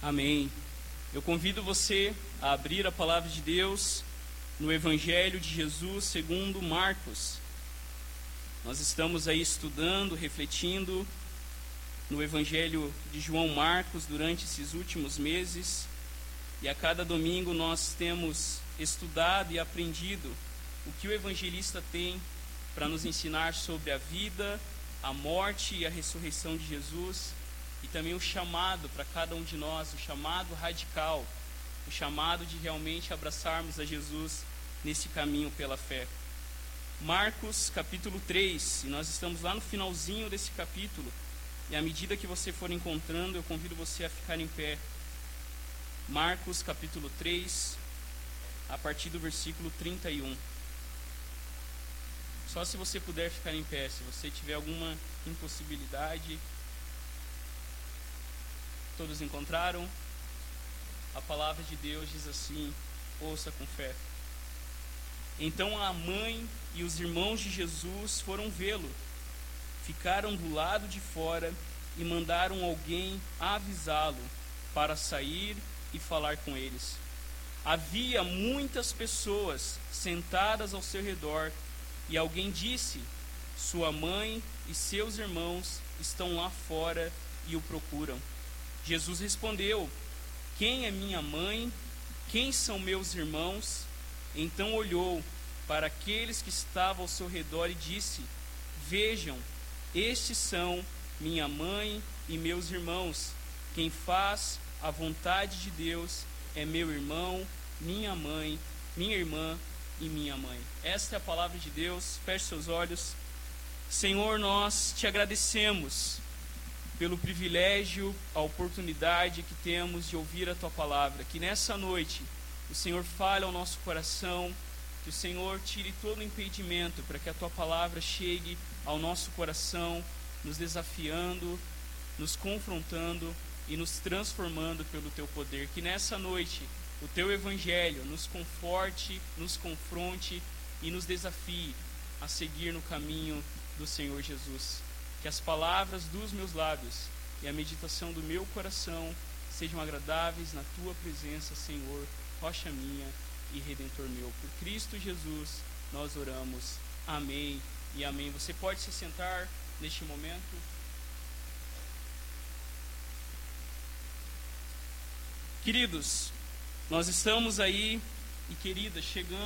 Amém. Eu convido você a abrir a palavra de Deus no Evangelho de Jesus segundo Marcos. Nós estamos aí estudando, refletindo no Evangelho de João Marcos durante esses últimos meses. E a cada domingo nós temos estudado e aprendido o que o evangelista tem para nos ensinar sobre a vida, a morte e a ressurreição de Jesus. E também o chamado para cada um de nós, o chamado radical, o chamado de realmente abraçarmos a Jesus nesse caminho pela fé. Marcos capítulo 3, e nós estamos lá no finalzinho desse capítulo, e à medida que você for encontrando, eu convido você a ficar em pé. Marcos capítulo 3, a partir do versículo 31. Só se você puder ficar em pé, se você tiver alguma impossibilidade. Todos encontraram? A palavra de Deus diz assim, ouça com fé. Então a mãe e os irmãos de Jesus foram vê-lo. Ficaram do lado de fora e mandaram alguém avisá-lo para sair e falar com eles. Havia muitas pessoas sentadas ao seu redor e alguém disse: sua mãe e seus irmãos estão lá fora e o procuram. Jesus respondeu: quem é minha mãe? Quem são meus irmãos? Então olhou para aqueles que estavam ao seu redor e disse: vejam, estes são minha mãe e meus irmãos. Quem faz a vontade de Deus é meu irmão, minha mãe, minha irmã e minha mãe. Esta é a palavra de Deus. Feche seus olhos. Senhor, nós te agradecemos pelo privilégio, a oportunidade que temos de ouvir a tua palavra. Que nessa noite o Senhor fale ao nosso coração, que o Senhor tire todo o impedimento para que a tua palavra chegue ao nosso coração, nos desafiando, nos confrontando e nos transformando pelo teu poder. Que nessa noite o teu evangelho nos conforte, nos confronte e nos desafie a seguir no caminho do Senhor Jesus. Que as palavras dos meus lábios e a meditação do meu coração sejam agradáveis na tua presença, Senhor, rocha minha e redentor meu. Por Cristo Jesus nós oramos. Amém e amém. Você pode se sentar neste momento. Queridos, nós estamos aí, e queridas,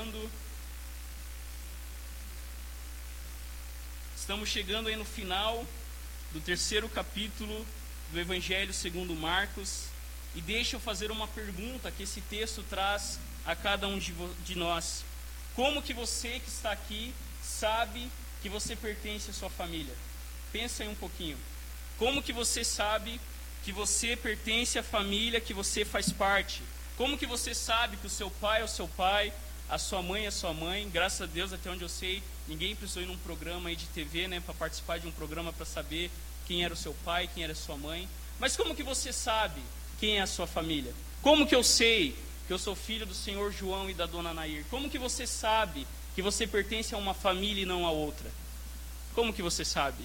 estamos chegando aí no final do terceiro capítulo do Evangelho segundo Marcos. E deixa eu fazer uma pergunta que esse texto traz a cada um de nós. Como que você que está aqui sabe que você pertence à sua família? Pensa aí um pouquinho. Como que você sabe que você pertence à família que você faz parte? Como que você sabe que o seu pai é o seu pai, a sua mãe é a sua mãe? Graças a Deus, até onde eu sei, ninguém precisou ir num programa aí de TV, né, para participar de um programa para saber quem era o seu pai, quem era a sua mãe. Mas como que você sabe quem é a sua família? Como que eu sei que eu sou filho do senhor João e da dona Nair? Como que você sabe que você pertence a uma família e não a outra? Como que você sabe?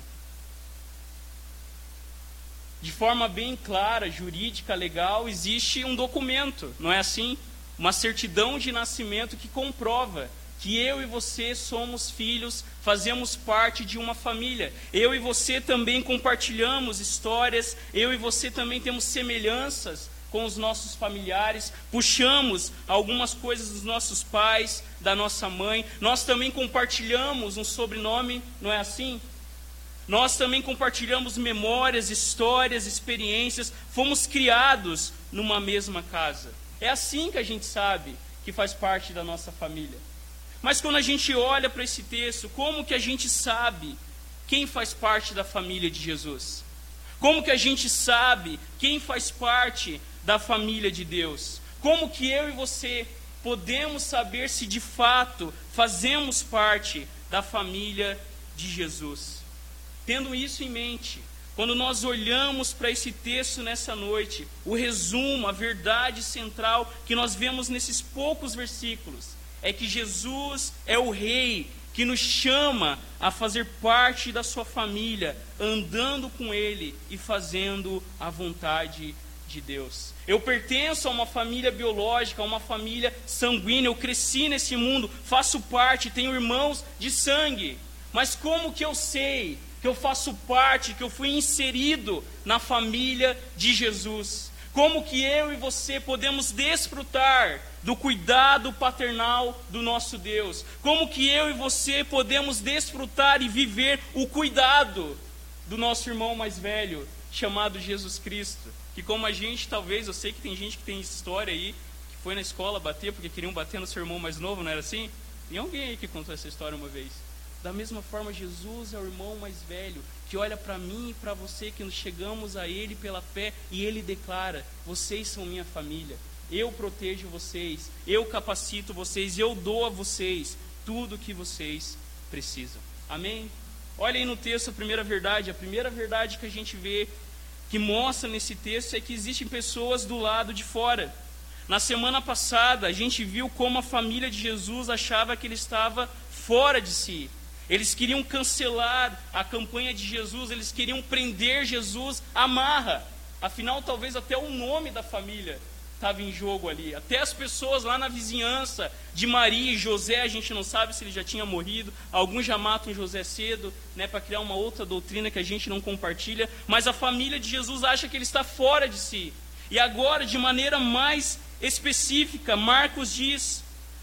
De forma bem clara, jurídica, legal, existe um documento, não é assim? Uma certidão de nascimento que comprova que eu e você somos filhos, fazemos parte de uma família. Eu e você também compartilhamos histórias, eu e você também temos semelhanças com os nossos familiares, puxamos algumas coisas dos nossos pais, da nossa mãe. Nós também compartilhamos um sobrenome, não é assim? Nós também compartilhamos memórias, histórias, experiências. Fomos criados numa mesma casa. É assim que a gente sabe que faz parte da nossa família. Mas quando a gente olha para esse texto, como que a gente sabe quem faz parte da família de Jesus? Como que a gente sabe quem faz parte da família de Deus? Como que eu e você podemos saber se de fato fazemos parte da família de Jesus? Tendo isso em mente, quando nós olhamos para esse texto nessa noite, o resumo, a verdade central que nós vemos nesses poucos versículos, é que Jesus é o Rei que nos chama a fazer parte da sua família, andando com Ele e fazendo a vontade de Deus. Eu pertenço a uma família biológica, a uma família sanguínea. Eu cresci nesse mundo, faço parte, tenho irmãos de sangue. Mas como que eu sei que eu faço parte, que eu fui inserido na família de Jesus? Como que eu e você podemos desfrutar do cuidado paternal do nosso Deus? Como que eu e você podemos desfrutar e viver o cuidado do nosso irmão mais velho, chamado Jesus Cristo? Que como a gente, talvez, eu sei que tem gente que tem história aí, que foi na escola bater porque queriam bater no seu irmão mais novo, não era assim? Tem alguém aí que contou essa história uma vez. Da mesma forma, Jesus é o irmão mais velho, que olha para mim e para você, que nos chegamos a Ele pela fé, e Ele declara: vocês são minha família, eu protejo vocês, eu capacito vocês, eu dou a vocês tudo o que vocês precisam. Amém? Olha aí no texto a primeira verdade que a gente vê, que mostra nesse texto, é que existem pessoas do lado de fora. Na semana passada, a gente viu como a família de Jesus achava que ele estava fora de si. Eles queriam cancelar a campanha de Jesus, eles queriam prender Jesus à marra. Afinal, talvez até o nome da família estava em jogo ali. Até as pessoas lá na vizinhança de Maria e José, a gente não sabe se ele já tinha morrido. Alguns já matam José cedo, para criar uma outra doutrina que a gente não compartilha. Mas a família de Jesus acha que ele está fora de si. E agora, de maneira mais específica, Marcos diz: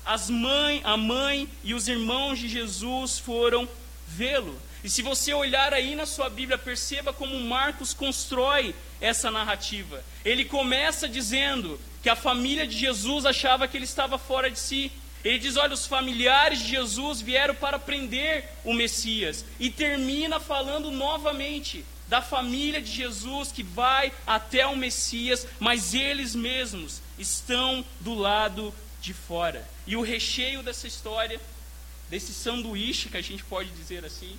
a mãe e os irmãos de Jesus foram vê-lo. E se você olhar aí na sua Bíblia, perceba como Marcos constrói essa narrativa. Ele começa dizendo que a família de Jesus achava que ele estava fora de si. Ele diz: olha, os familiares de Jesus vieram para prender o Messias. E termina falando novamente da família de Jesus que vai até o Messias, mas eles mesmos estão do lado de fora. E o recheio dessa história, desse sanduíche, que a gente pode dizer assim,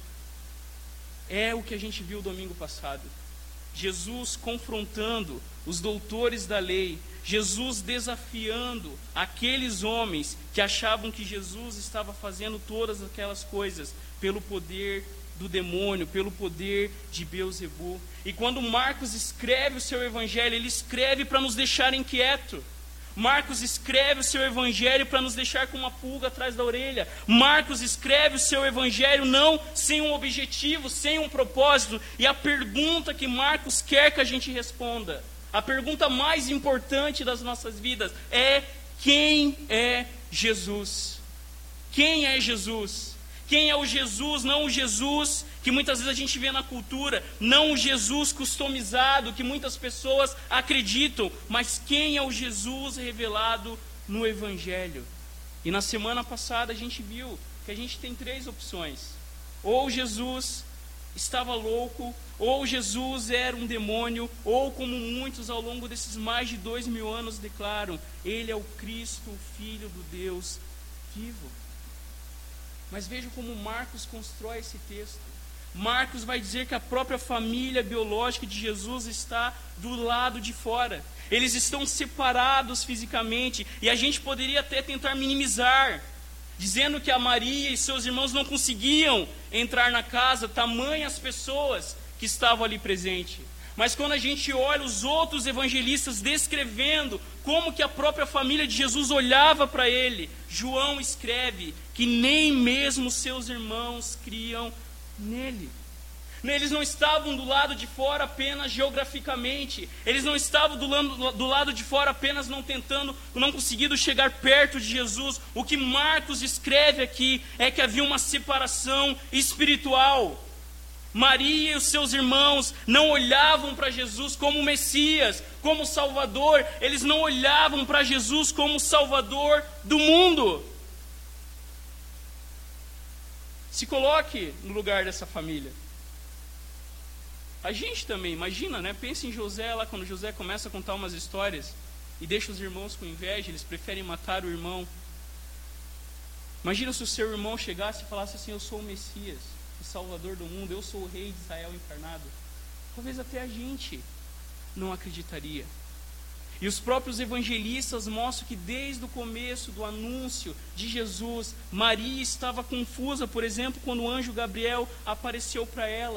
é o que a gente viu domingo passado. Jesus confrontando os doutores da lei, Jesus desafiando aqueles homens que achavam que Jesus estava fazendo todas aquelas coisas pelo poder do demônio, pelo poder de Beelzebu. E quando Marcos escreve o seu evangelho, ele escreve para nos deixar inquietos. Marcos escreve o seu evangelho para nos deixar com uma pulga atrás da orelha. Marcos escreve o seu evangelho não sem um objetivo, sem um propósito. E a pergunta que Marcos quer que a gente responda, a pergunta mais importante das nossas vidas é: quem é Jesus? Quem é Jesus? Quem é o Jesus? Não o Jesus que muitas vezes a gente vê na cultura, não o Jesus customizado que muitas pessoas acreditam, mas quem é o Jesus revelado no Evangelho? E na semana passada a gente viu que a gente tem 3 opções: ou Jesus estava louco, ou Jesus era um demônio, ou, como muitos ao longo desses mais de 2000 anos declaram, ele é o Cristo, o Filho do Deus vivo. Mas veja como Marcos constrói esse texto. Marcos vai dizer que a própria família biológica de Jesus está do lado de fora. Eles estão separados fisicamente, e a gente poderia até tentar minimizar, dizendo que a Maria e seus irmãos não conseguiam entrar na casa, tamanhas pessoas que estavam ali presentes. Mas quando a gente olha os outros evangelistas descrevendo como que a própria família de Jesus olhava para ele, João escreve que nem mesmo seus irmãos criam nele. Eles não estavam do lado de fora apenas geograficamente, eles não estavam do lado de fora apenas não conseguindo chegar perto de Jesus. O que Marcos escreve aqui é que havia uma separação espiritual. Maria e os seus irmãos não olhavam para Jesus como Messias, como Salvador. Eles não olhavam para Jesus como Salvador do mundo. Se coloque no lugar dessa família. A gente também, imagina, Pensa em José lá, quando José começa a contar umas histórias e deixa os irmãos com inveja, eles preferem matar o irmão. Imagina se o seu irmão chegasse e falasse assim: eu sou o Messias, o Salvador do mundo, eu sou o Rei de Israel encarnado. Talvez até a gente não acreditaria. E os próprios evangelistas mostram que desde o começo do anúncio de Jesus, Maria estava confusa, por exemplo, quando o anjo Gabriel apareceu para ela.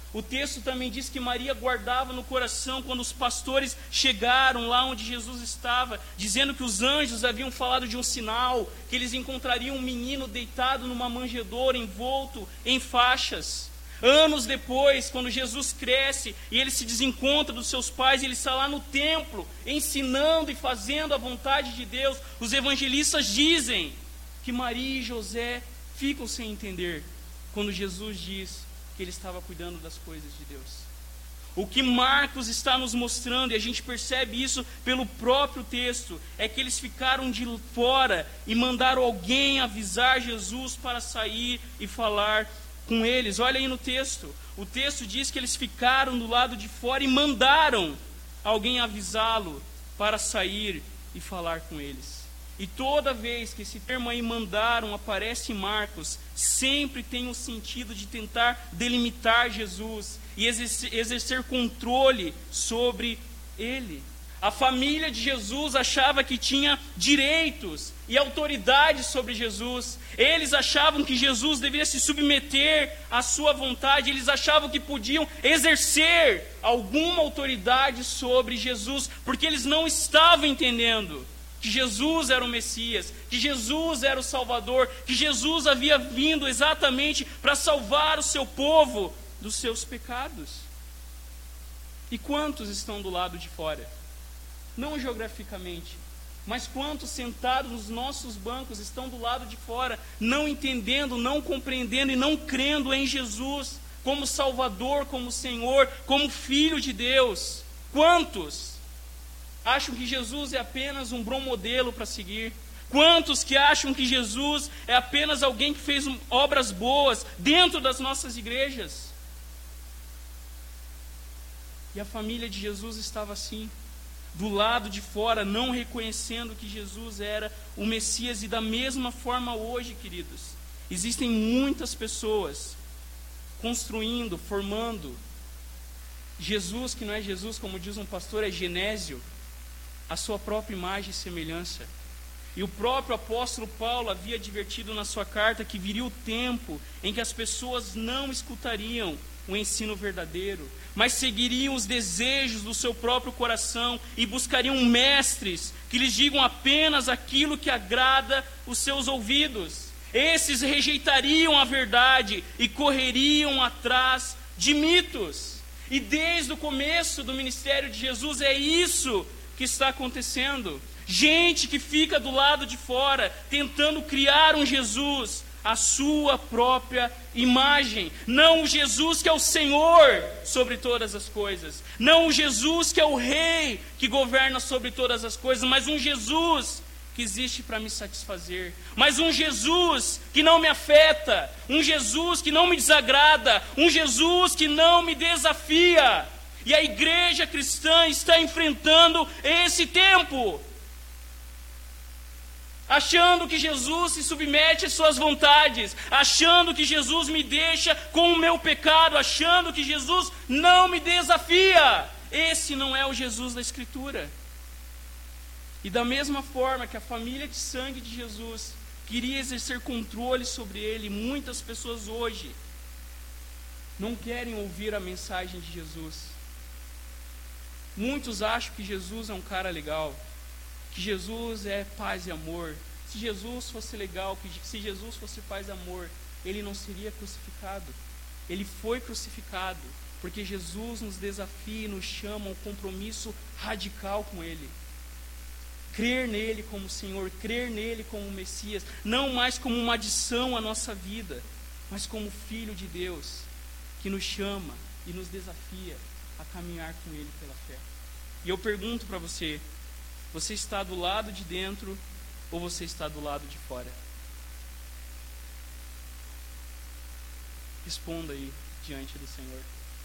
O texto também diz que Maria guardava no coração quando os pastores chegaram lá onde Jesus estava, dizendo que os anjos haviam falado de um sinal, que eles encontrariam um menino deitado numa manjedoura, envolto em faixas. Anos depois, quando Jesus cresce e ele se desencontra dos seus pais, ele está lá no templo, ensinando e fazendo a vontade de Deus. Os evangelistas dizem que Maria e José ficam sem entender quando Jesus diz que ele estava cuidando das coisas de Deus. O que Marcos está nos mostrando, e a gente percebe isso pelo próprio texto, é que eles ficaram de fora e mandaram alguém avisar Jesus para sair e falar com eles. Olha aí no texto. O texto diz que eles ficaram do lado de fora e mandaram alguém avisá-lo para sair e falar com eles. E toda vez que esse termo aí mandaram aparece em Marcos, sempre tem o sentido de tentar delimitar Jesus e exercer controle sobre ele. A família de Jesus achava que tinha direitos e autoridade sobre Jesus. Eles achavam que Jesus deveria se submeter à sua vontade. Eles achavam que podiam exercer alguma autoridade sobre Jesus, porque eles não estavam entendendo que Jesus era o Messias, que Jesus era o Salvador, que Jesus havia vindo exatamente para salvar o seu povo dos seus pecados. E quantos estão do lado de fora? Não geograficamente, mas quantos sentados nos nossos bancos estão do lado de fora, não entendendo, não compreendendo e não crendo em Jesus como Salvador, como Senhor, como Filho de Deus? Quantos acham que Jesus é apenas um bom modelo para seguir? Quantos que acham que Jesus é apenas alguém que fez obras boas dentro das nossas igrejas? E a família de Jesus estava assim, do lado de fora, não reconhecendo que Jesus era o Messias. E da mesma forma hoje, queridos, existem muitas pessoas construindo, formando Jesus, que não é Jesus, como diz um pastor, é Genésio, a sua própria imagem e semelhança. E o próprio apóstolo Paulo havia advertido na sua carta que viria o tempo em que as pessoas não escutariam o ensino verdadeiro, mas seguiriam os desejos do seu próprio coração e buscariam mestres que lhes digam apenas aquilo que agrada os seus ouvidos. Esses rejeitariam a verdade e correriam atrás de mitos. E desde o começo do ministério de Jesus é isso que está acontecendo. Gente que fica do lado de fora, tentando criar um Jesus à sua própria imagem. Não o Jesus que é o Senhor sobre todas as coisas. Não o Jesus que é o Rei que governa sobre todas as coisas, mas um Jesus que existe para me satisfazer. Mas um Jesus que não me afeta. Um Jesus que não me desagrada. Um Jesus que não me desafia. E a igreja cristã está enfrentando esse tempo, achando que Jesus se submete às suas vontades, achando que Jesus me deixa com o meu pecado, achando que Jesus não me desafia. Esse não é o Jesus da Escritura. E da mesma forma que a família de sangue de Jesus queria exercer controle sobre ele, muitas pessoas hoje não querem ouvir a mensagem de Jesus. Muitos acham que Jesus é um cara legal, que Jesus é paz e amor. Se Jesus fosse legal, se Jesus fosse paz e amor, ele não seria crucificado. Ele foi crucificado porque Jesus nos desafia e nos chama a um compromisso radical com ele. Crer nele como Senhor, crer nele como Messias, não mais como uma adição à nossa vida, mas como Filho de Deus, que nos chama e nos desafia a caminhar com ele pela fé. E eu pergunto para você, você está do lado de dentro ou você está do lado de fora? Responda aí diante do Senhor.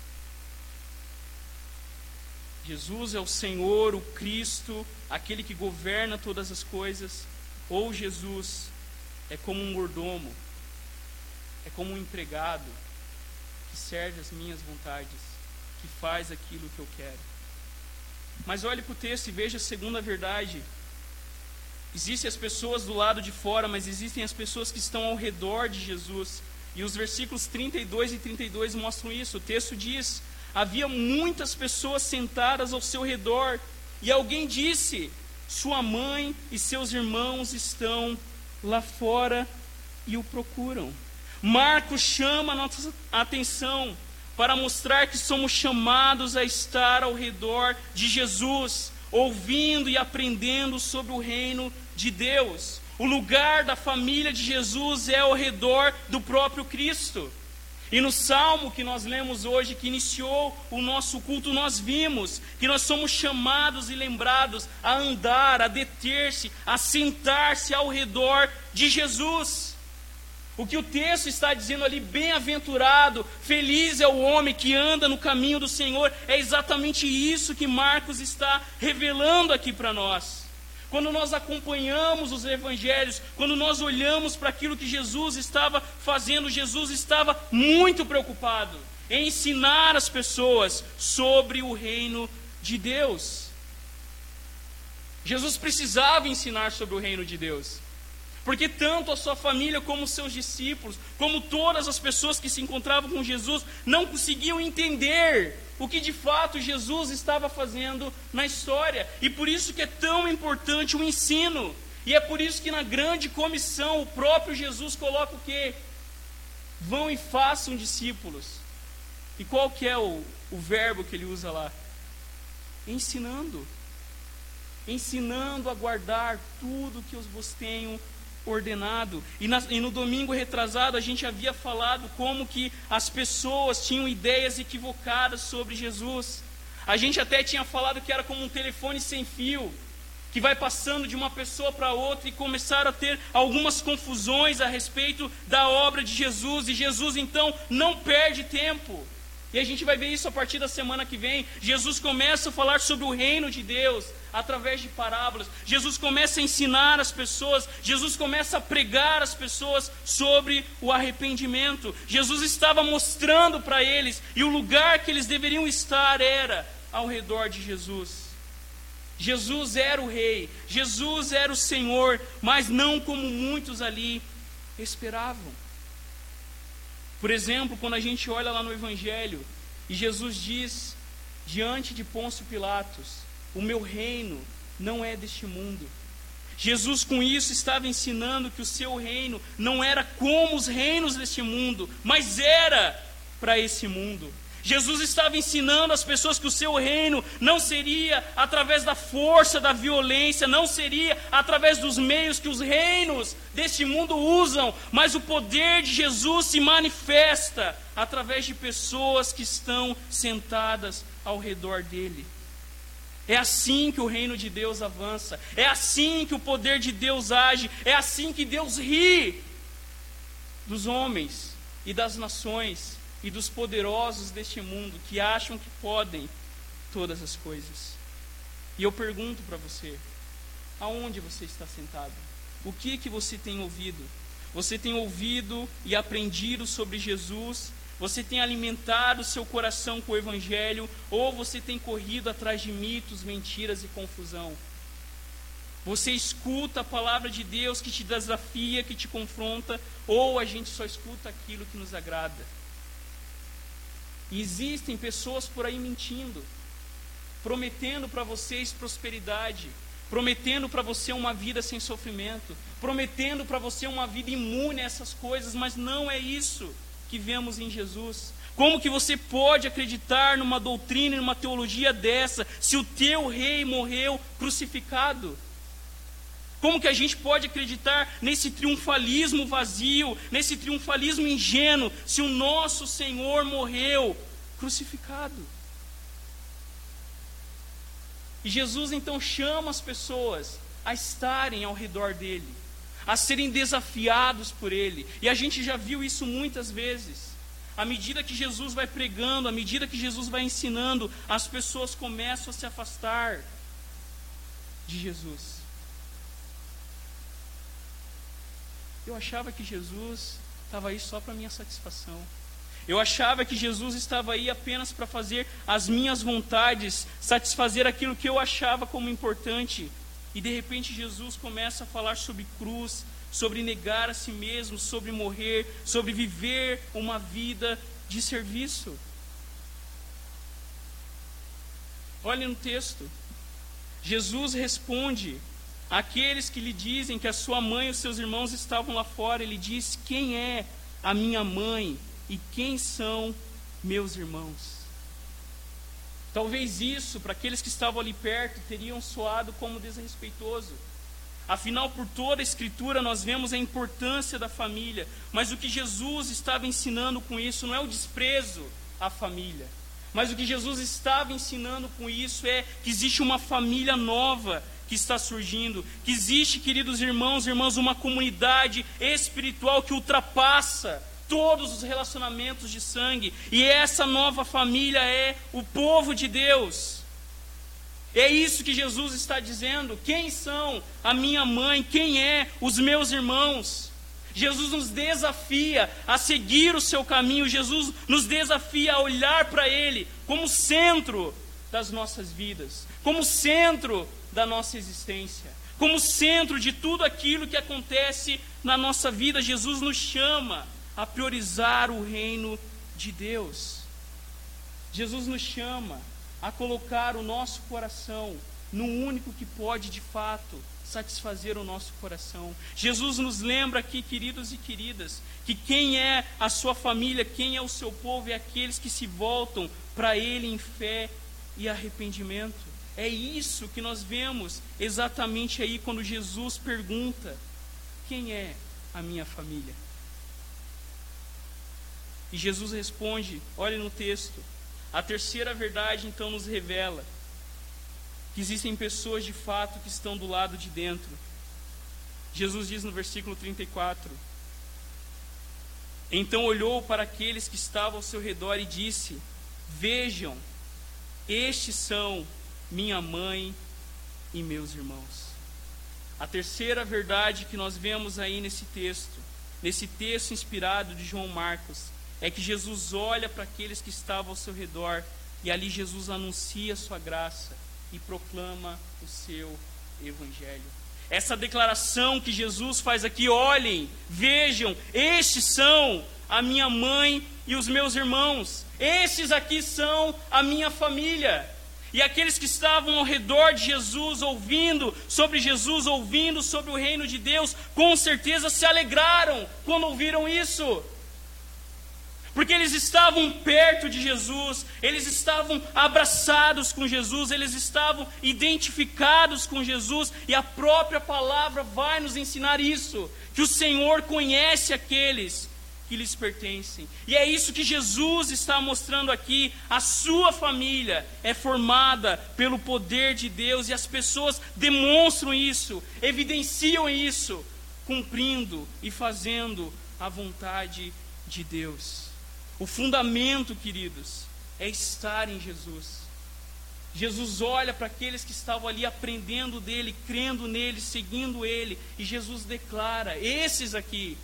Jesus é o Senhor, o Cristo, aquele que governa todas as coisas, ou Jesus é como um mordomo, é como um empregado que serve as minhas vontades, que faz aquilo que eu quero. Mas olhe para o texto e veja a segunda verdade. Existem as pessoas do lado de fora, mas existem as pessoas que estão ao redor de Jesus. E os versículos 32 e 32 mostram isso. O texto diz: havia muitas pessoas sentadas ao seu redor, e alguém disse: sua mãe e seus irmãos estão lá fora e o procuram. Marcos chama a nossa atenção para mostrar que somos chamados a estar ao redor de Jesus, ouvindo e aprendendo sobre o reino de Deus. O lugar da família de Jesus é ao redor do próprio Cristo. E no salmo que nós lemos hoje, que iniciou o nosso culto, nós vimos que nós somos chamados e lembrados a andar, a deter-se, a sentar-se ao redor de Jesus. O que o texto está dizendo ali: bem-aventurado, feliz é o homem que anda no caminho do Senhor, é exatamente isso que Marcos está revelando aqui para nós. Quando nós acompanhamos os evangelhos, quando nós olhamos para aquilo que Jesus estava fazendo, Jesus estava muito preocupado em ensinar as pessoas sobre o reino de Deus. Jesus precisava ensinar sobre o reino de Deus, porque tanto a sua família como os seus discípulos, como todas as pessoas que se encontravam com Jesus, não conseguiam entender o que de fato Jesus estava fazendo na história. E por isso que é tão importante o ensino. E é por isso que na grande comissão o próprio Jesus coloca o quê? Vão e façam discípulos. E qual que é o verbo que ele usa lá? Ensinando. Ensinando a guardar tudo que eu vos tenho ordenado. E no domingo retrasado a gente havia falado como que as pessoas tinham ideias equivocadas sobre Jesus. A gente até tinha falado que era como um telefone sem fio, que vai passando de uma pessoa para outra, e começaram a ter algumas confusões a respeito da obra de Jesus. E Jesus então não perde tempo. E a gente vai ver isso a partir da semana que vem. Jesus começa a falar sobre o reino de Deus através de parábolas. Jesus começa a ensinar as pessoas. Jesus começa a pregar as pessoas sobre o arrependimento. Jesus estava mostrando para eles, e o lugar que eles deveriam estar era ao redor de Jesus. Jesus era o rei, Jesus era o Senhor, mas não como muitos ali esperavam. Por exemplo, quando a gente olha lá no Evangelho, e Jesus diz, diante de Pôncio Pilatos: o meu reino não é deste mundo. Jesus com isso estava ensinando que o seu reino não era como os reinos deste mundo, mas era para esse mundo. Jesus estava ensinando às pessoas que o seu reino não seria através da força, da violência, não seria através dos meios que os reinos deste mundo usam, mas o poder de Jesus se manifesta através de pessoas que estão sentadas ao redor dele. É assim que o reino de Deus avança, é assim que o poder de Deus age, é assim que Deus ri dos homens e das nações e dos poderosos deste mundo que acham que podem todas as coisas. E eu pergunto para você: aonde você está sentado? O que você tem ouvido? Você tem ouvido e aprendido sobre Jesus? Você tem alimentado seu coração com o Evangelho? Ou você tem corrido atrás de mitos, mentiras e confusão? Você escuta a palavra de Deus que te desafia, que te confronta? Ou a gente só escuta aquilo que nos agrada? E existem pessoas por aí mentindo, prometendo para vocês prosperidade, prometendo para você uma vida sem sofrimento, prometendo para você uma vida imune a essas coisas, mas não é isso que vemos em Jesus. Como que você pode acreditar numa doutrina e numa teologia dessa, se o teu rei morreu crucificado? Como que a gente pode acreditar nesse triunfalismo vazio, nesse triunfalismo ingênuo, se o nosso Senhor morreu crucificado? E Jesus então chama as pessoas a estarem ao redor dele, a serem desafiados por ele. E a gente já viu isso muitas vezes. À medida que Jesus vai pregando, à medida que Jesus vai ensinando, as pessoas começam a se afastar de Jesus. Eu achava que Jesus estava aí só para minha satisfação. Eu achava que Jesus estava aí apenas para fazer as minhas vontades, satisfazer aquilo que eu achava como importante. E de repente Jesus começa a falar sobre cruz, sobre negar a si mesmo, sobre morrer, sobre viver uma vida de serviço. Olhe no texto. Jesus responde àqueles que lhe dizem que a sua mãe e os seus irmãos estavam lá fora. Ele diz: quem é a minha mãe e quem são meus irmãos? Talvez isso, para aqueles que estavam ali perto, teriam soado como desrespeitoso. Afinal, por toda a Escritura, nós vemos a importância da família. Mas o que Jesus estava ensinando com isso não é o desprezo à família. Mas o que Jesus estava ensinando com isso é que existe uma família nova que está surgindo. Que existe, queridos irmãos e irmãs, uma comunidade espiritual que ultrapassa todos os relacionamentos de sangue. E essa nova família é o povo de Deus. É isso que Jesus está dizendo. Quem são a minha mãe? Quem é os meus irmãos? Jesus nos desafia a seguir o seu caminho. Jesus nos desafia a olhar para Ele como centro das nossas vidas, como centro da nossa existência, como centro de tudo aquilo que acontece na nossa vida. Jesus nos chama a priorizar o reino de Deus. Jesus nos chama a colocar o nosso coração no único que pode de fato satisfazer o nosso coração. Jesus nos lembra aqui, queridos e queridas, que quem é a sua família, quem é o seu povo, é aqueles que se voltam para Ele em fé e arrependimento. É isso que nós vemos exatamente aí quando Jesus pergunta: quem é a minha família? E Jesus responde, olhe no texto. A terceira verdade então nos revela que existem pessoas de fato que estão do lado de dentro. Jesus diz no versículo 34: então olhou para aqueles que estavam ao seu redor e disse: vejam, estes são minha mãe e meus irmãos. A terceira verdade que nós vemos aí nesse texto inspirado de João Marcos, é que Jesus olha para aqueles que estavam ao seu redor e ali Jesus anuncia a sua graça e proclama o seu evangelho. Essa declaração que Jesus faz aqui: olhem, vejam, estes são a minha mãe e os meus irmãos, estes aqui são a minha família. E aqueles que estavam ao redor de Jesus, ouvindo sobre o reino de Deus, com certeza se alegraram quando ouviram isso. Porque eles estavam perto de Jesus, eles estavam abraçados com Jesus, eles estavam identificados com Jesus, e a própria palavra vai nos ensinar isso, que o Senhor conhece aqueles que lhes pertencem. E é isso que Jesus está mostrando aqui. A sua família é formada pelo poder de Deus, e as pessoas demonstram isso, evidenciam isso, cumprindo e fazendo a vontade de Deus. O fundamento, queridos, é estar em Jesus. Jesus olha para aqueles que estavam ali aprendendo dele, crendo nele, seguindo ele, e Jesus declara: esses aqui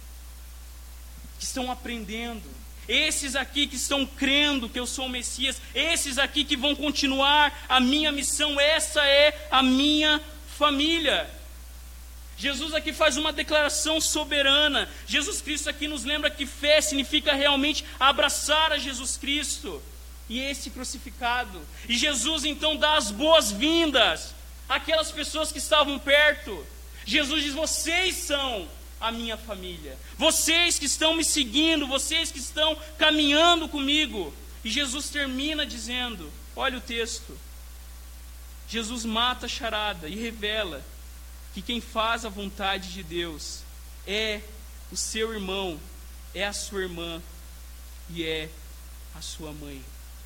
que estão aprendendo, esses aqui que estão crendo que eu sou o Messias, esses aqui que vão continuar a minha missão, essa é a minha família. Jesus aqui faz uma declaração soberana. Jesus Cristo aqui nos lembra que fé significa realmente abraçar a Jesus Cristo e esse crucificado. E Jesus então dá as boas-vindas àquelas pessoas que estavam perto. Jesus diz: vocês são a minha família, vocês que estão me seguindo, vocês que estão caminhando comigo. E Jesus termina dizendo, olha o texto, Jesus mata a charada e revela que quem faz a vontade de Deus é o seu irmão, é a sua irmã e é a sua mãe.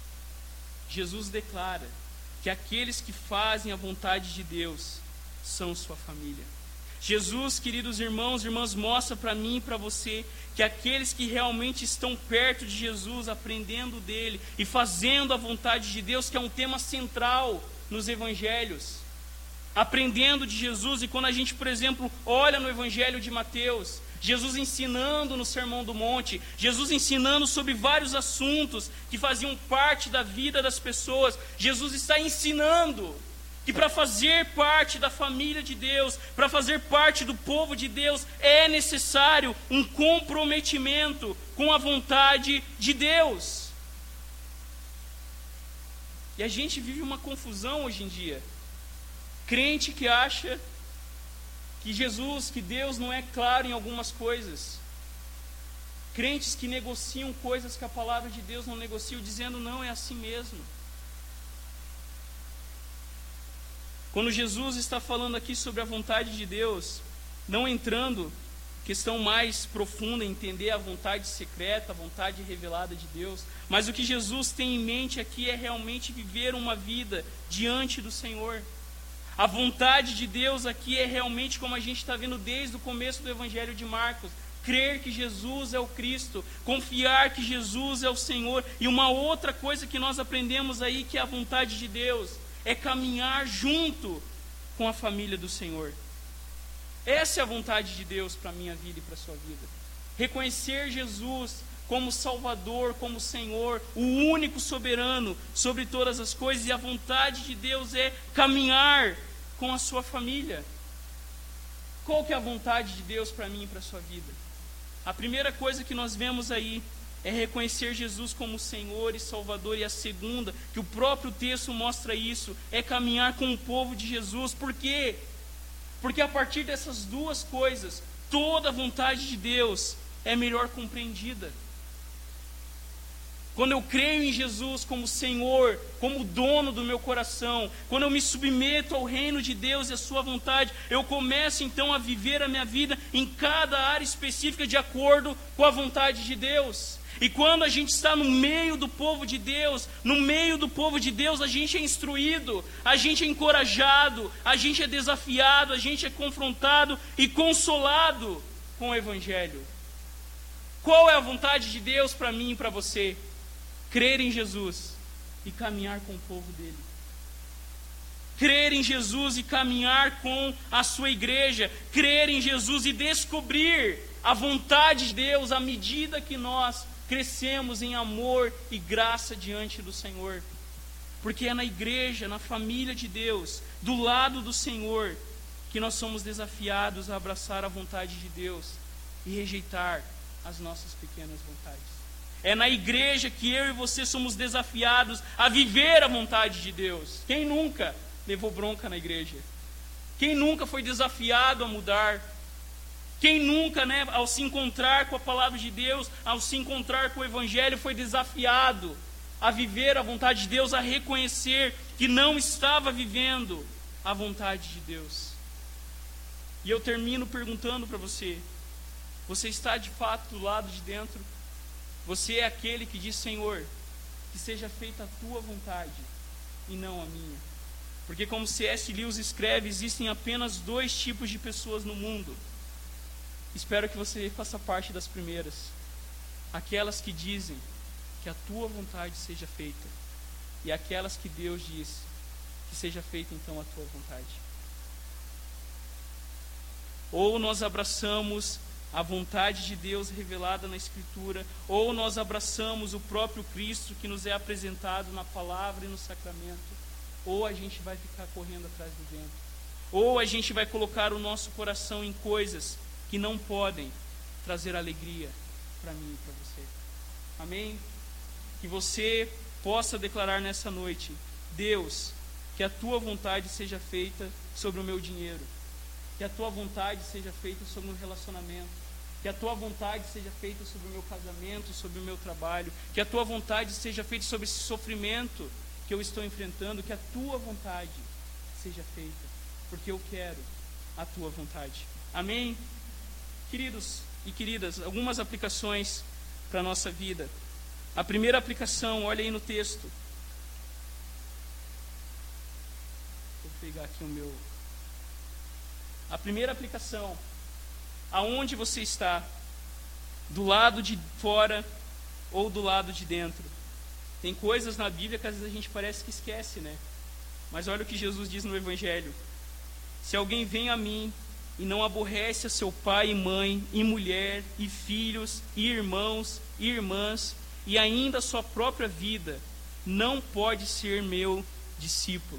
Jesus declara que aqueles que fazem a vontade de Deus são sua família. Jesus, queridos irmãos e irmãs, mostra para mim e para você que aqueles que realmente estão perto de Jesus, aprendendo dele e fazendo a vontade de Deus, que é um tema central nos evangelhos, aprendendo de Jesus. E quando a gente, por exemplo, olha no evangelho de Mateus, Jesus ensinando no Sermão do Monte, Jesus ensinando sobre vários assuntos que faziam parte da vida das pessoas, Jesus está ensinando que para fazer parte da família de Deus, para fazer parte do povo de Deus, é necessário um comprometimento com a vontade de Deus. E a gente vive uma confusão hoje em dia. Crente que acha que Jesus, que Deus não é claro em algumas coisas. Crentes que negociam coisas que a palavra de Deus não negocia, dizendo não, é assim mesmo. Quando Jesus está falando aqui sobre a vontade de Deus, não entrando questão mais profunda, entender a vontade secreta, a vontade revelada de Deus, mas o que Jesus tem em mente aqui é realmente viver uma vida diante do Senhor. A vontade de Deus aqui é realmente, como a gente está vendo desde o começo do Evangelho de Marcos, crer que Jesus é o Cristo, confiar que Jesus é o Senhor. E uma outra coisa que nós aprendemos aí, que é a vontade de Deus, é caminhar junto com a família do Senhor. Essa é a vontade de Deus para a minha vida e para a sua vida. Reconhecer Jesus como Salvador, como Senhor, o único soberano sobre todas as coisas. E a vontade de Deus é caminhar com a sua família. Qual que é a vontade de Deus para mim e para a sua vida? A primeira coisa que nós vemos aí é reconhecer Jesus como Senhor e Salvador. E a segunda, que o próprio texto mostra isso, é caminhar com o povo de Jesus. Por quê? Porque a partir dessas duas coisas, toda a vontade de Deus é melhor compreendida. Quando eu creio em Jesus como Senhor, como dono do meu coração, quando eu me submeto ao reino de Deus e à sua vontade, eu começo então a viver a minha vida em cada área específica de acordo com a vontade de Deus. E quando a gente está no meio do povo de Deus, a gente é instruído, a gente é encorajado, a gente é desafiado, a gente é confrontado e consolado com o Evangelho. Qual é a vontade de Deus para mim e para você? Crer em Jesus e caminhar com o povo dele. Crer em Jesus e caminhar com a sua igreja. Crer em Jesus e descobrir a vontade de Deus à medida que nós crescemos em amor e graça diante do Senhor. Porque é na igreja, na família de Deus, do lado do Senhor, que nós somos desafiados a abraçar a vontade de Deus e rejeitar as nossas pequenas vontades. É na igreja que eu e você somos desafiados a viver a vontade de Deus. Quem nunca levou bronca na igreja? Quem nunca foi desafiado a mudar? Quem nunca, ao se encontrar com a palavra de Deus, ao se encontrar com o Evangelho, foi desafiado a viver a vontade de Deus, a reconhecer que não estava vivendo a vontade de Deus? E eu termino perguntando para você: você está de fato do lado de dentro? Você é aquele que diz: Senhor, que seja feita a tua vontade e não a minha? Porque, como C.S. Lewis escreve, existem apenas dois tipos de pessoas no mundo. Espero que você faça parte das primeiras. Aquelas que dizem que a tua vontade seja feita, e aquelas que Deus diz que seja feita então a tua vontade. Ou nós abraçamos a vontade de Deus revelada na Escritura, ou nós abraçamos o próprio Cristo que nos é apresentado na palavra e no sacramento, ou a gente vai ficar correndo atrás do vento, ou a gente vai colocar o nosso coração em coisas que não podem trazer alegria para mim e para você. Amém? Que você possa declarar nessa noite: Deus, que a tua vontade seja feita sobre o meu dinheiro, que a tua vontade seja feita sobre o meu relacionamento, que a tua vontade seja feita sobre o meu casamento, sobre o meu trabalho, que a tua vontade seja feita sobre esse sofrimento que eu estou enfrentando, que a tua vontade seja feita, porque eu quero a tua vontade. Amém? Queridos e queridas, algumas aplicações para a nossa vida. A primeira aplicação, olha aí no texto. Vou pegar aqui o meu... A primeira aplicação: aonde você está? Do lado de fora ou do lado de dentro? Tem coisas na Bíblia que às vezes a gente parece que esquece, Mas olha o que Jesus diz no Evangelho: se alguém vem a mim e não aborrece a seu pai e mãe, e mulher, e filhos, e irmãos, e irmãs, e ainda a sua própria vida, não pode ser meu discípulo.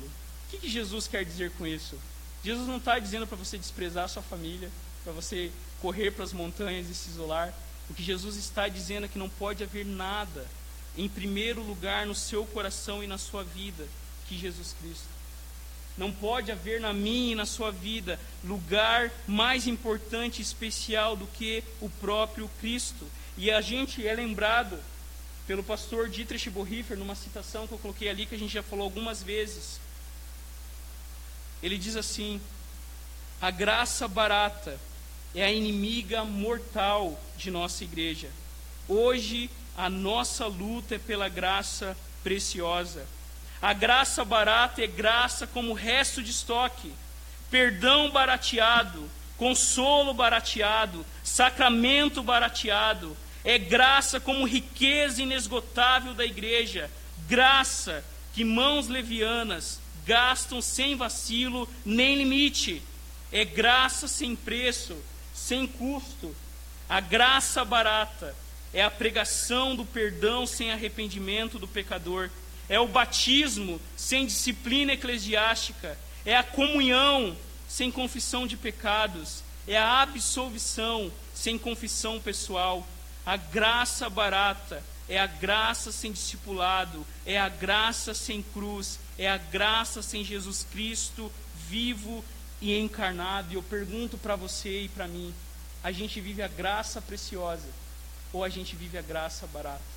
O que Jesus quer dizer com isso? Jesus não está dizendo para você desprezar a sua família, para você correr para as montanhas e se isolar. O que Jesus está dizendo é que não pode haver nada em primeiro lugar no seu coração e na sua vida que Jesus Cristo. Não pode haver na minha e na sua vida lugar mais importante e especial do que o próprio Cristo. E a gente é lembrado pelo pastor Dietrich Bonhoeffer, numa citação que eu coloquei ali, que a gente já falou algumas vezes. Ele diz assim: a graça barata é a inimiga mortal de nossa igreja. Hoje a nossa luta é pela graça preciosa. A graça barata é graça como resto de estoque, perdão barateado, consolo barateado, sacramento barateado. É graça como riqueza inesgotável da igreja, graça que mãos levianas gastam sem vacilo nem limite. É graça sem preço, sem custo. A graça barata é a pregação do perdão sem arrependimento do pecador. É o batismo sem disciplina eclesiástica. É a comunhão sem confissão de pecados. É a absolvição sem confissão pessoal. A graça barata é a graça sem discipulado. É a graça sem cruz. É a graça sem Jesus Cristo vivo e encarnado. E eu pergunto para você e para mim: a gente vive a graça preciosa ou a gente vive a graça barata?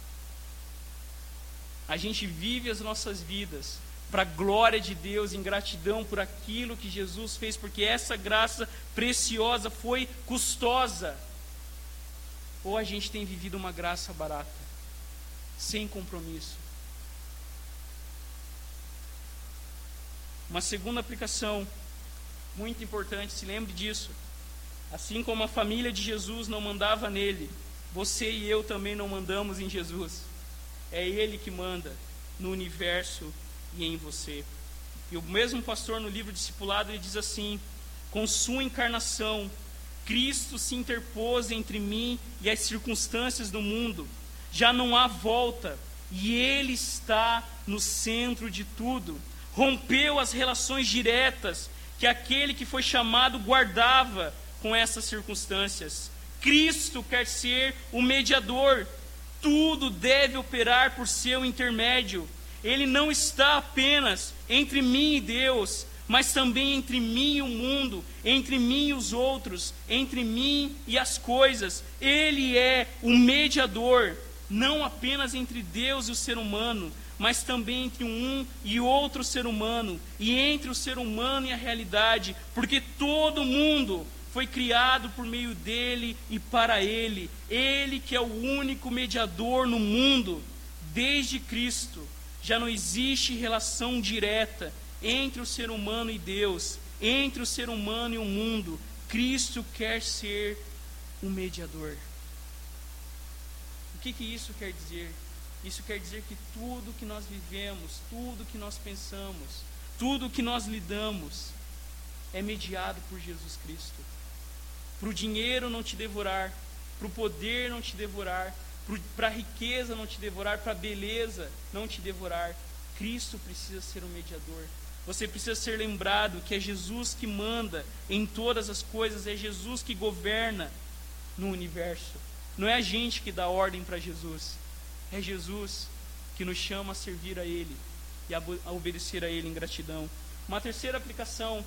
A gente vive as nossas vidas para a glória de Deus, em gratidão por aquilo que Jesus fez, porque essa graça preciosa foi custosa. Ou a gente tem vivido uma graça barata, sem compromisso? Uma segunda aplicação muito importante, se lembre disso. Assim como a família de Jesus não mandava nele, você e eu também não mandamos em Jesus. É Ele que manda no universo e em você. E o mesmo pastor, no livro Discipulado, ele diz assim: com sua encarnação, Cristo se interpôs entre mim e as circunstâncias do mundo. Já não há volta, e Ele está no centro de tudo. Rompeu as relações diretas que aquele que foi chamado guardava com essas circunstâncias. Cristo quer ser o mediador. Tudo deve operar por seu intermédio. Ele não está apenas entre mim e Deus, mas também entre mim e o mundo, entre mim e os outros, entre mim e as coisas. Ele é o mediador, não apenas entre Deus e o ser humano, mas também entre um e outro ser humano, e entre o ser humano e a realidade, porque todo mundo foi criado por meio dele e para ele. Ele que é o único mediador no mundo. Desde Cristo já não existe relação direta entre o ser humano e Deus, entre o ser humano e o mundo. Cristo quer ser o mediador. O que isso quer dizer? Isso quer dizer que tudo que nós vivemos, tudo que nós pensamos, tudo que nós lidamos é mediado por Jesus Cristo. Para o dinheiro não te devorar, para o poder não te devorar, para a riqueza não te devorar, para a beleza não te devorar, Cristo precisa ser o mediador. Você precisa ser lembrado que é Jesus que manda em todas as coisas, é Jesus que governa no universo. Não é a gente que dá ordem para Jesus, é Jesus que nos chama a servir a Ele e a obedecer a Ele em gratidão. Uma terceira aplicação: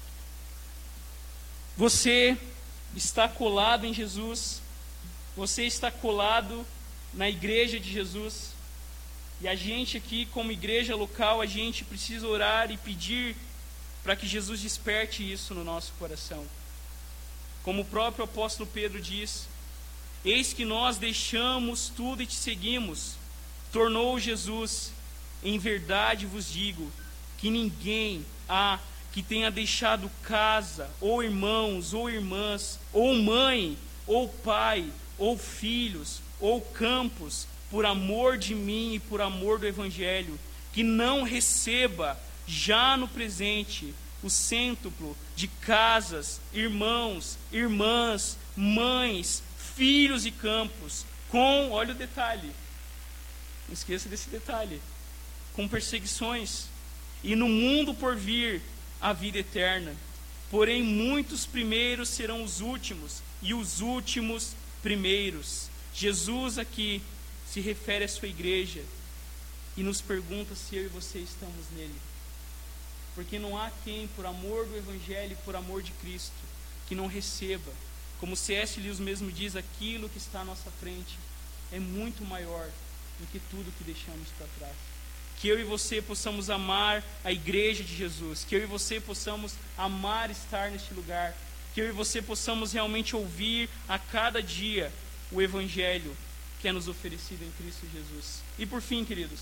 você está colado em Jesus, você está colado na igreja de Jesus, e a gente aqui, como igreja local, a gente precisa orar e pedir para que Jesus desperte isso no nosso coração. Como o próprio apóstolo Pedro diz: eis que nós deixamos tudo e te seguimos. Tornou Jesus: em verdade vos digo, que ninguém há que tenha deixado casa, ou irmãos, ou irmãs, ou mãe, ou pai, ou filhos, ou campos, por amor de mim e por amor do Evangelho, que não receba já no presente o cêntuplo de casas, irmãos, irmãs, mães, filhos e campos, com, olha o detalhe, não esqueça desse detalhe, com perseguições, e no mundo por vir a vida eterna. Porém, muitos primeiros serão os últimos, e os últimos primeiros. Jesus aqui se refere à sua igreja e nos pergunta se eu e você estamos nele. Porque não há quem, por amor do Evangelho e por amor de Cristo, que não receba. Como C.S. Lewis mesmo diz, aquilo que está à nossa frente é muito maior do que tudo que deixamos para trás. Que eu e você possamos amar a igreja de Jesus, que eu e você possamos amar estar neste lugar, que eu e você possamos realmente ouvir a cada dia o Evangelho que é nos oferecido em Cristo Jesus. E por fim, queridos,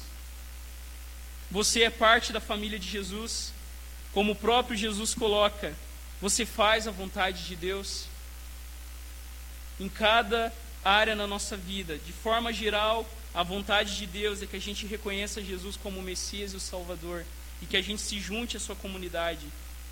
você é parte da família de Jesus, como o próprio Jesus coloca, você faz a vontade de Deus em cada área na nossa vida. De forma geral, a vontade de Deus é que a gente reconheça Jesus como o Messias e o Salvador, e que a gente se junte à sua comunidade.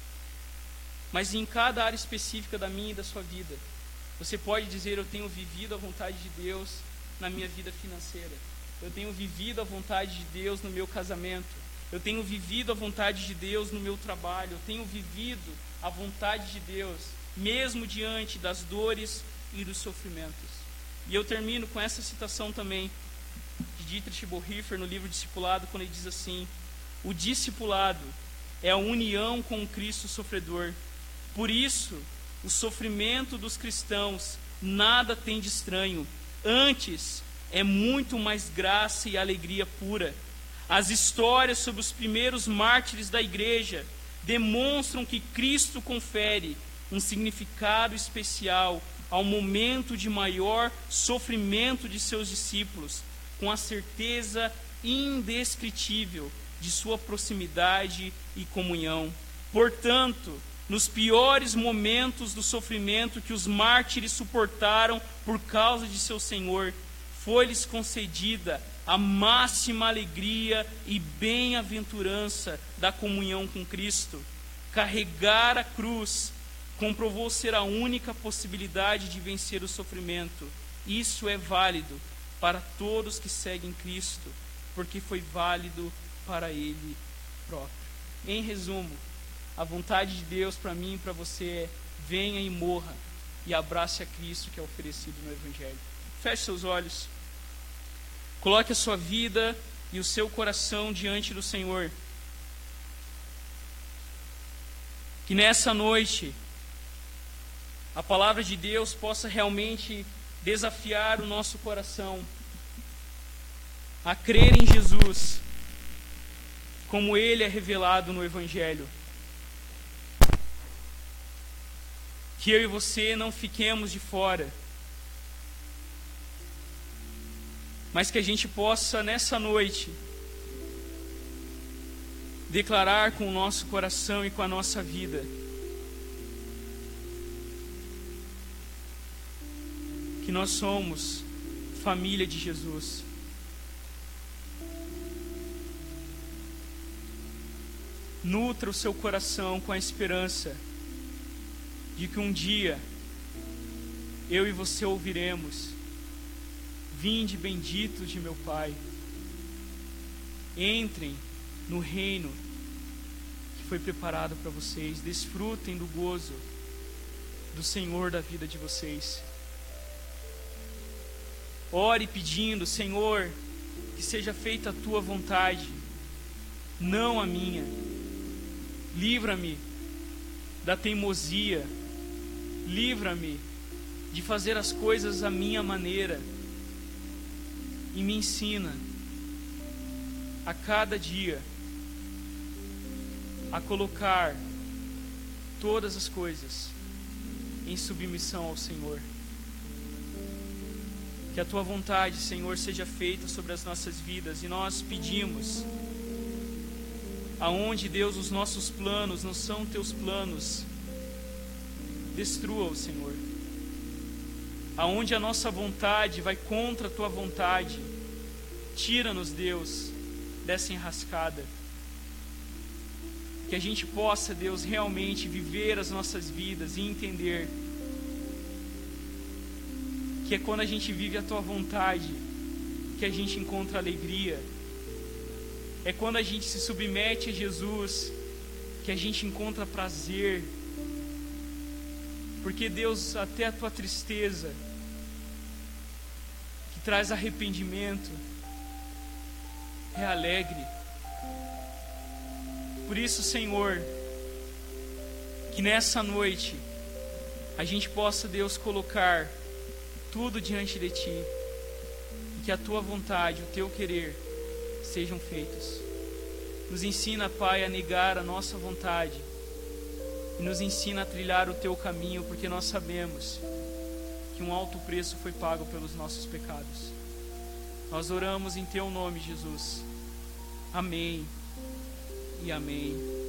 Mas em cada área específica da minha e da sua vida, você pode dizer: eu tenho vivido a vontade de Deus na minha vida financeira, eu tenho vivido a vontade de Deus no meu casamento, eu tenho vivido a vontade de Deus no meu trabalho, eu tenho vivido a vontade de Deus, mesmo diante das dores e dos sofrimentos. E eu termino com essa citação também de Dietrich Bonhoeffer no livro Discipulado, quando ele diz assim: o discipulado é a união com o Cristo sofredor. Por isso, o sofrimento dos cristãos nada tem de estranho. Antes, é muito mais graça e alegria pura. As histórias sobre os primeiros mártires da igreja demonstram que Cristo confere um significado especial ao momento de maior sofrimento de seus discípulos, com a certeza indescritível de sua proximidade e comunhão. Portanto, nos piores momentos do sofrimento que os mártires suportaram por causa de seu Senhor, foi-lhes concedida a máxima alegria e bem-aventurança da comunhão com Cristo. Carregar a cruz comprovou ser a única possibilidade de vencer o sofrimento. Isso é válido para todos que seguem Cristo, porque foi válido para Ele próprio. Em resumo, a vontade de Deus para mim e para você é: venha e morra e abrace a Cristo que é oferecido no Evangelho. Feche seus olhos, coloque a sua vida e o seu coração diante do Senhor. Que nessa noite a palavra de Deus possa realmente desafiar o nosso coração a crer em Jesus como Ele é revelado no Evangelho. Que eu e você não fiquemos de fora, mas que a gente possa nessa noite declarar com o nosso coração e com a nossa vida que nós somos família de Jesus. Nutra o seu coração com a esperança de que um dia eu e você ouviremos: vinde benditos de meu Pai, entrem no reino que foi preparado para vocês, desfrutem do gozo do Senhor da vida de vocês. Ore pedindo: Senhor, que seja feita a tua vontade, não a minha. Livra-me da teimosia, livra-me de fazer as coisas à minha maneira, e me ensina a cada dia a colocar todas as coisas em submissão ao Senhor. Que a tua vontade, Senhor, seja feita sobre as nossas vidas, e nós pedimos: aonde, Deus, os nossos planos não são teus planos, destrua-o, Senhor. Aonde a nossa vontade vai contra a tua vontade, tira-nos, Deus, dessa enrascada. Que a gente possa, Deus, realmente viver as nossas vidas e entender que é quando a gente vive a tua vontade que a gente encontra alegria, É quando a gente se submete a Jesus que a gente encontra prazer. Porque Deus, até a tua tristeza, que traz arrependimento, é alegre. Por isso, Senhor, que nessa noite a gente possa, Deus, colocar tudo diante de Ti, e que a Tua vontade, o Teu querer sejam feitos. Nos ensina, Pai, a negar a nossa vontade e nos ensina a trilhar o Teu caminho, porque nós sabemos que um alto preço foi pago pelos nossos pecados. Nós oramos em Teu nome, Jesus. Amém e amém.